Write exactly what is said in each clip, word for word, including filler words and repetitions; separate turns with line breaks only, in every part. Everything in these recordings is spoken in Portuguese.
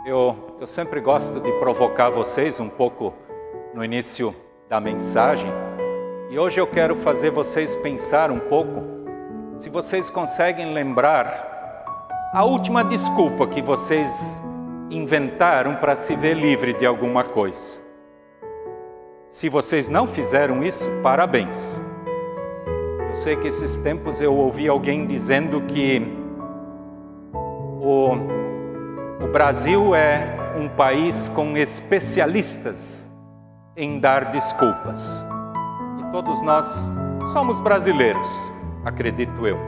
Eu, eu sempre gosto de provocar vocês um pouco no início da mensagem. E hoje eu quero fazer vocês pensar um pouco, se vocês conseguem lembrar a última desculpa que vocês inventaram para se ver livre de alguma coisa. Se vocês não fizeram isso, parabéns. Eu sei que esses tempos eu ouvi alguém dizendo que o, o Brasil é um país com especialistas em dar desculpas. E todos nós somos brasileiros, acredito eu.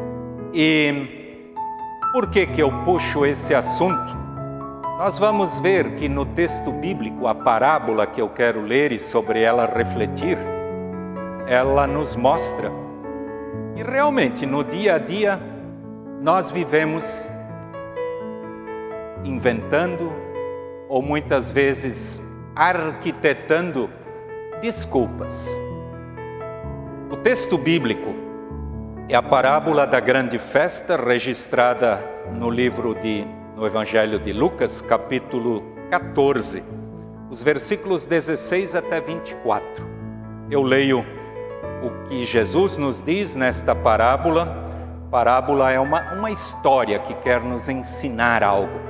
E por que que eu puxo esse assunto? Nós vamos ver que no texto bíblico, a parábola que eu quero ler e sobre ela refletir, ela nos mostra que realmente no dia a dia nós vivemos inventando ou muitas vezes arquitetando desculpas. O texto bíblico é a parábola da grande festa registrada no livro de no Evangelho de Lucas, capítulo quatorze, os versículos dezesseis até vinte e quatro. Eu leio o que Jesus nos diz nesta parábola. Parábola é uma, uma história que quer nos ensinar algo.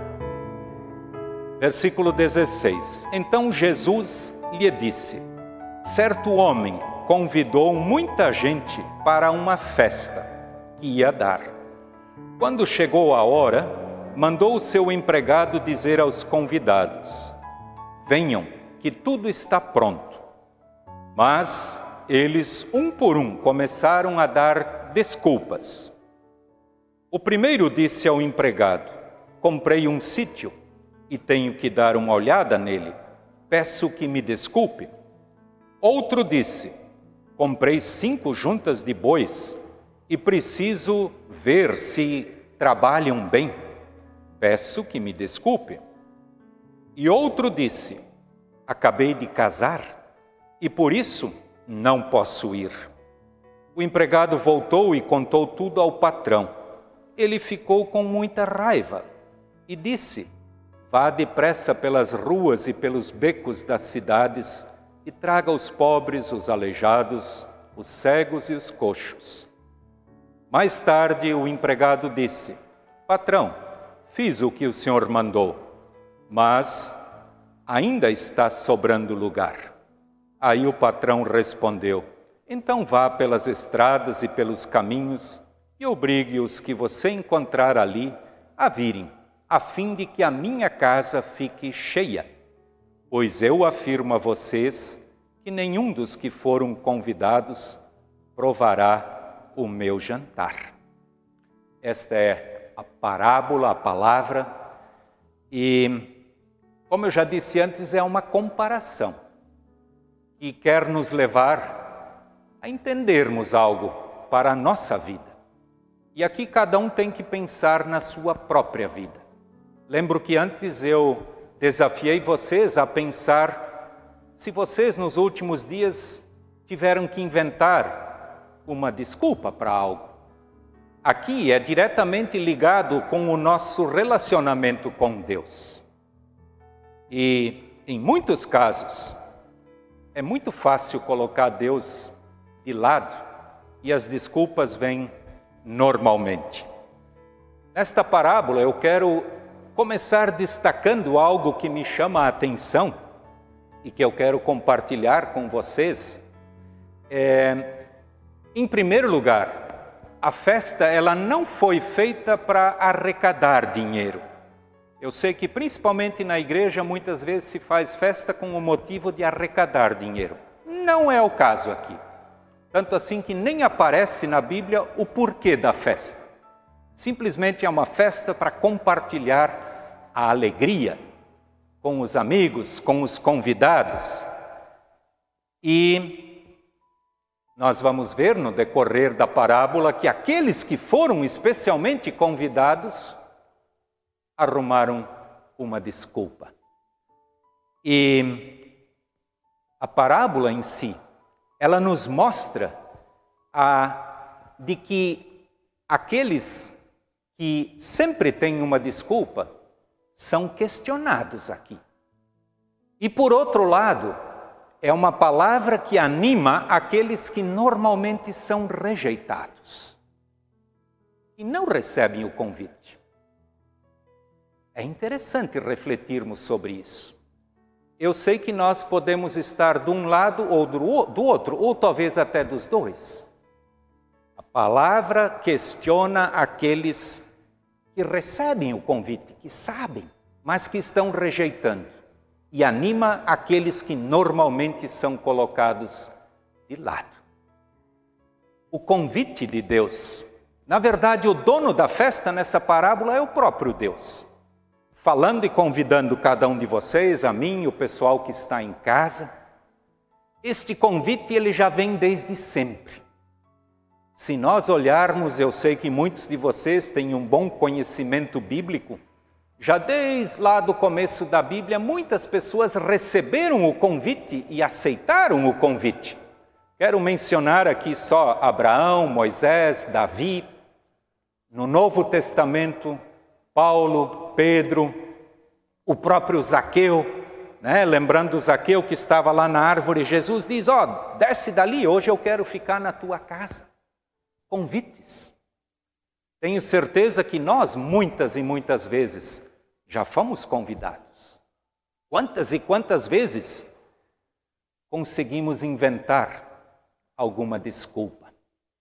Versículo dezesseis. Então Jesus lhe disse: certo homem convidou muita gente para uma festa que ia dar. Quando chegou a hora, mandou o seu empregado dizer aos convidados: venham, que tudo está pronto. Mas eles, um por um, começaram a dar desculpas. O primeiro disse ao empregado: comprei um sítio e tenho que dar uma olhada nele. Peço que me desculpe. Outro disse: comprei cinco juntas de bois e preciso ver se trabalham bem. Peço que me desculpe. E outro disse: acabei de casar e por isso não posso ir. O empregado voltou e contou tudo ao patrão. Ele ficou com muita raiva e disse: vá depressa pelas ruas e pelos becos das cidades e traga os pobres, os aleijados, os cegos e os coxos. Mais tarde o empregado disse: patrão, fiz o que o senhor mandou, mas ainda está sobrando lugar. Aí o patrão respondeu: então vá pelas estradas e pelos caminhos e obrigue os que você encontrar ali a virem, a fim de que a minha casa fique cheia. Pois eu afirmo a vocês que nenhum dos que foram convidados provará o meu jantar. Esta é a parábola, a palavra, e, como eu já disse antes, é uma comparação que quer nos levar a entendermos algo para a nossa vida. E aqui cada um tem que pensar na sua própria vida. Lembro que antes eu desafiei vocês a pensar se vocês nos últimos dias tiveram que inventar uma desculpa para algo. Aqui é diretamente ligado com o nosso relacionamento com Deus. E, em muitos casos, é muito fácil colocar Deus de lado e as desculpas vêm normalmente. Nesta parábola eu quero começar destacando algo que me chama a atenção e que eu quero compartilhar com vocês. É, em primeiro lugar, a festa ela não foi feita para arrecadar dinheiro. Eu sei que principalmente na igreja muitas vezes se faz festa com o motivo de arrecadar dinheiro. Não é o caso aqui. Tanto assim que nem aparece na Bíblia o porquê da festa. Simplesmente é uma festa para compartilhar a alegria com os amigos, com os convidados. E nós vamos ver no decorrer da parábola que aqueles que foram especialmente convidados arrumaram uma desculpa. E a parábola em si, ela nos mostra a, de que aqueles que sempre têm uma desculpa são questionados aqui. E por outro lado, é uma palavra que anima aqueles que normalmente são rejeitados e não recebem o convite. É interessante refletirmos sobre isso. Eu sei que nós podemos estar de um lado ou do outro, ou talvez até dos dois. A palavra questiona aqueles que recebem o convite, que sabem, mas que estão rejeitando. E anima aqueles que normalmente são colocados de lado. O convite de Deus. Na verdade, o dono da festa nessa parábola é o próprio Deus. Falando e convidando cada um de vocês, a mim, o pessoal que está em casa. Este convite ele já vem desde sempre. Se nós olharmos, eu sei que muitos de vocês têm um bom conhecimento bíblico. Já desde lá do começo da Bíblia, muitas pessoas receberam o convite e aceitaram o convite. Quero mencionar aqui só Abraão, Moisés, Davi. No Novo Testamento, Paulo, Pedro, o próprio Zaqueu, né? Lembrando Zaqueu que estava lá na árvore, Jesus diz, ó, oh, desce dali, hoje eu quero ficar na tua casa. Convites. Tenho certeza que nós, muitas e muitas vezes, já fomos convidados. Quantas e quantas vezes conseguimos inventar alguma desculpa?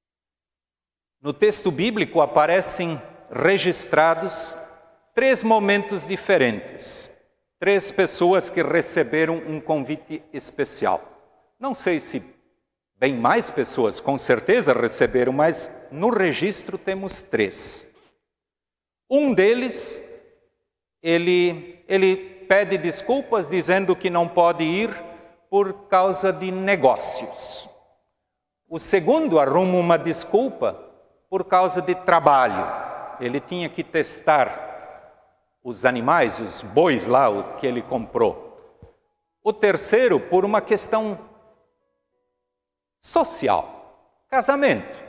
No texto bíblico aparecem registrados três momentos diferentes. Três pessoas que receberam um convite especial. Não sei se bem mais pessoas, com certeza receberam, mas no registro temos três. Um deles, ele, ele pede desculpas dizendo que não pode ir por causa de negócios. O segundo arruma uma desculpa por causa de trabalho. Ele tinha que testar os animais, os bois lá, o que ele comprou. O terceiro, por uma questão social, casamento.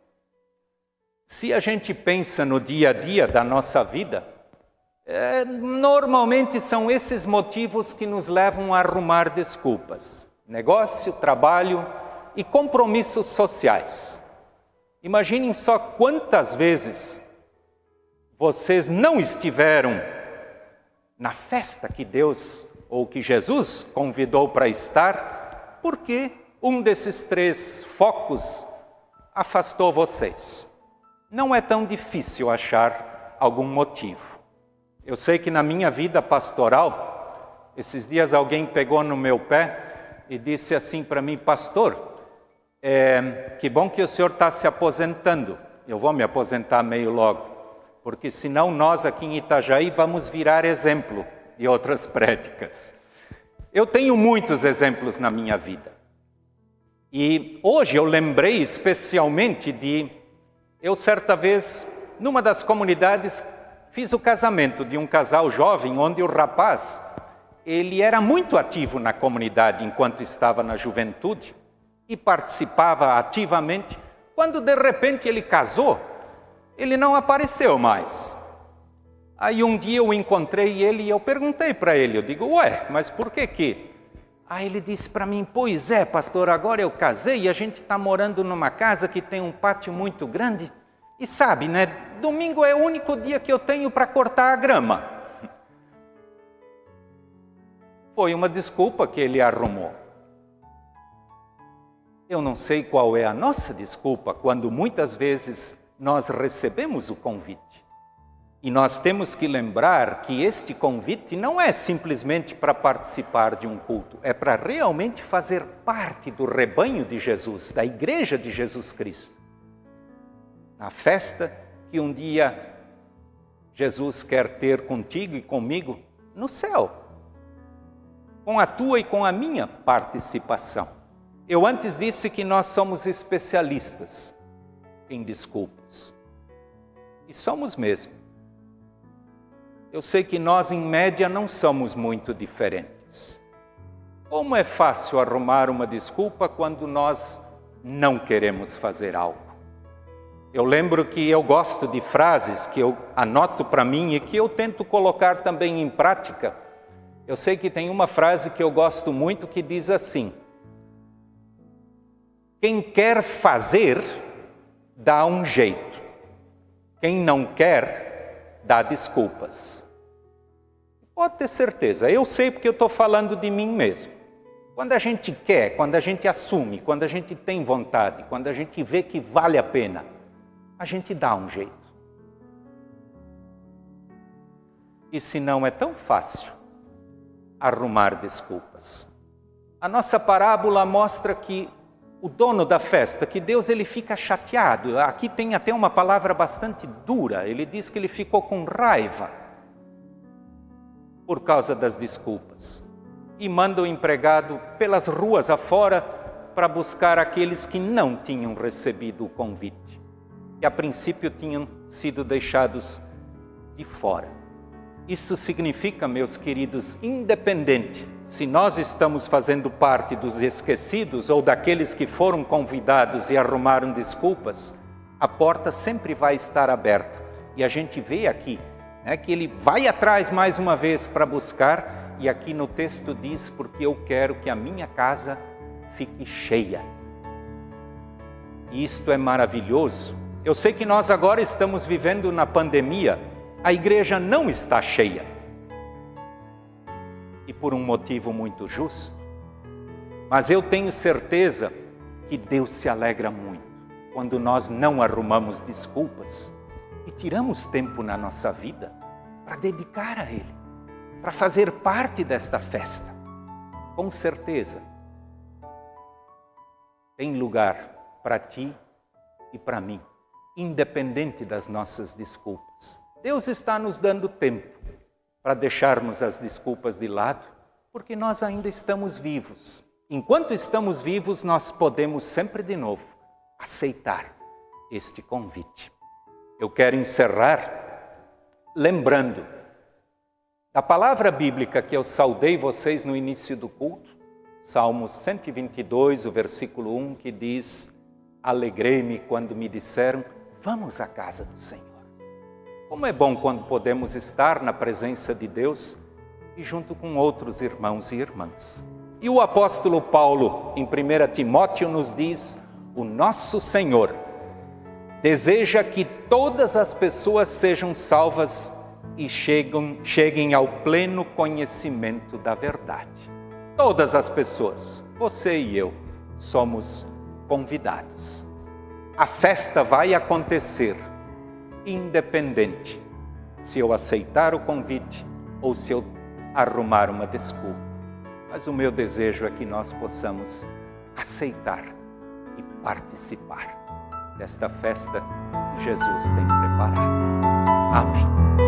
Se a gente pensa no dia a dia da nossa vida, é, normalmente são esses motivos que nos levam a arrumar desculpas. Negócio, trabalho e compromissos sociais. Imaginem só quantas vezes vocês não estiveram na festa que Deus ou que Jesus convidou para estar, porque um desses três focos afastou vocês. Não é tão difícil achar algum motivo. Eu sei que na minha vida pastoral, esses dias alguém pegou no meu pé e disse assim para mim, pastor, é, que bom que o senhor está se aposentando. Eu vou me aposentar meio logo, porque senão nós aqui em Itajaí vamos virar exemplo de outras prédicas. Eu tenho muitos exemplos na minha vida. E hoje eu lembrei especialmente de, eu certa vez, numa das comunidades, fiz o casamento de um casal jovem, onde o rapaz, ele era muito ativo na comunidade enquanto estava na juventude e participava ativamente. Quando de repente ele casou, ele não apareceu mais. Aí um dia eu encontrei ele e eu perguntei para ele, eu digo, ué, mas por que que? Aí ele disse para mim, pois é, pastor, agora eu casei e a gente está morando numa casa que tem um pátio muito grande. E sabe, né, domingo é o único dia que eu tenho para cortar a grama. Foi uma desculpa que ele arrumou. Eu não sei qual é a nossa desculpa quando muitas vezes nós recebemos o convite. E nós temos que lembrar que este convite não é simplesmente para participar de um culto, é para realmente fazer parte do rebanho de Jesus, da igreja de Jesus Cristo. Na festa que um dia Jesus quer ter contigo e comigo no céu, com a tua e com a minha participação. Eu antes disse que nós somos especialistas em desculpas. E somos mesmo. Eu sei que nós, em média, não somos muito diferentes. Como é fácil arrumar uma desculpa quando nós não queremos fazer algo? Eu lembro que eu gosto de frases que eu anoto para mim e que eu tento colocar também em prática. Eu sei que tem uma frase que eu gosto muito que diz assim: quem quer fazer, dá um jeito. Quem não quer, dá desculpas. Pode ter certeza, eu sei porque eu estou falando de mim mesmo. Quando a gente quer, quando a gente assume, quando a gente tem vontade, quando a gente vê que vale a pena, a gente dá um jeito. E se não é tão fácil arrumar desculpas. A nossa parábola mostra que o dono da festa, que Deus ele fica chateado. Aqui tem até uma palavra bastante dura. Ele diz que ele ficou com raiva por causa das desculpas. E manda o empregado pelas ruas afora para buscar aqueles que não tinham recebido o convite, que a princípio tinham sido deixados de fora. Isso significa, meus queridos, independente se nós estamos fazendo parte dos esquecidos ou daqueles que foram convidados e arrumaram desculpas, a porta sempre vai estar aberta. E a gente vê aqui, né, que ele vai atrás mais uma vez para buscar, e aqui no texto diz, porque eu quero que a minha casa fique cheia. E isto é maravilhoso. Eu sei que nós agora estamos vivendo na pandemia, a igreja não está cheia. E por um motivo muito justo. Mas eu tenho certeza que Deus se alegra muito quando nós não arrumamos desculpas e tiramos tempo na nossa vida para dedicar a Ele, para fazer parte desta festa. Com certeza, tem lugar para ti e para mim, independente das nossas desculpas. Deus está nos dando tempo para deixarmos as desculpas de lado, porque nós ainda estamos vivos. Enquanto estamos vivos, nós podemos sempre de novo aceitar este convite. Eu quero encerrar lembrando da palavra bíblica que eu saudei vocês no início do culto, Salmos cento e vinte e dois, o versículo um, que diz: alegrei-me quando me disseram, vamos à casa do Senhor. Como é bom quando podemos estar na presença de Deus e junto com outros irmãos e irmãs. E o apóstolo Paulo, em primeira Timóteo, nos diz: o nosso Senhor deseja que todas as pessoas sejam salvas e cheguem, cheguem ao pleno conhecimento da verdade. Todas as pessoas, você e eu, somos convidados. A festa vai acontecer, independente se eu aceitar o convite ou se eu arrumar uma desculpa. Mas o meu desejo é que nós possamos aceitar e participar desta festa que Jesus tem preparado. Amém.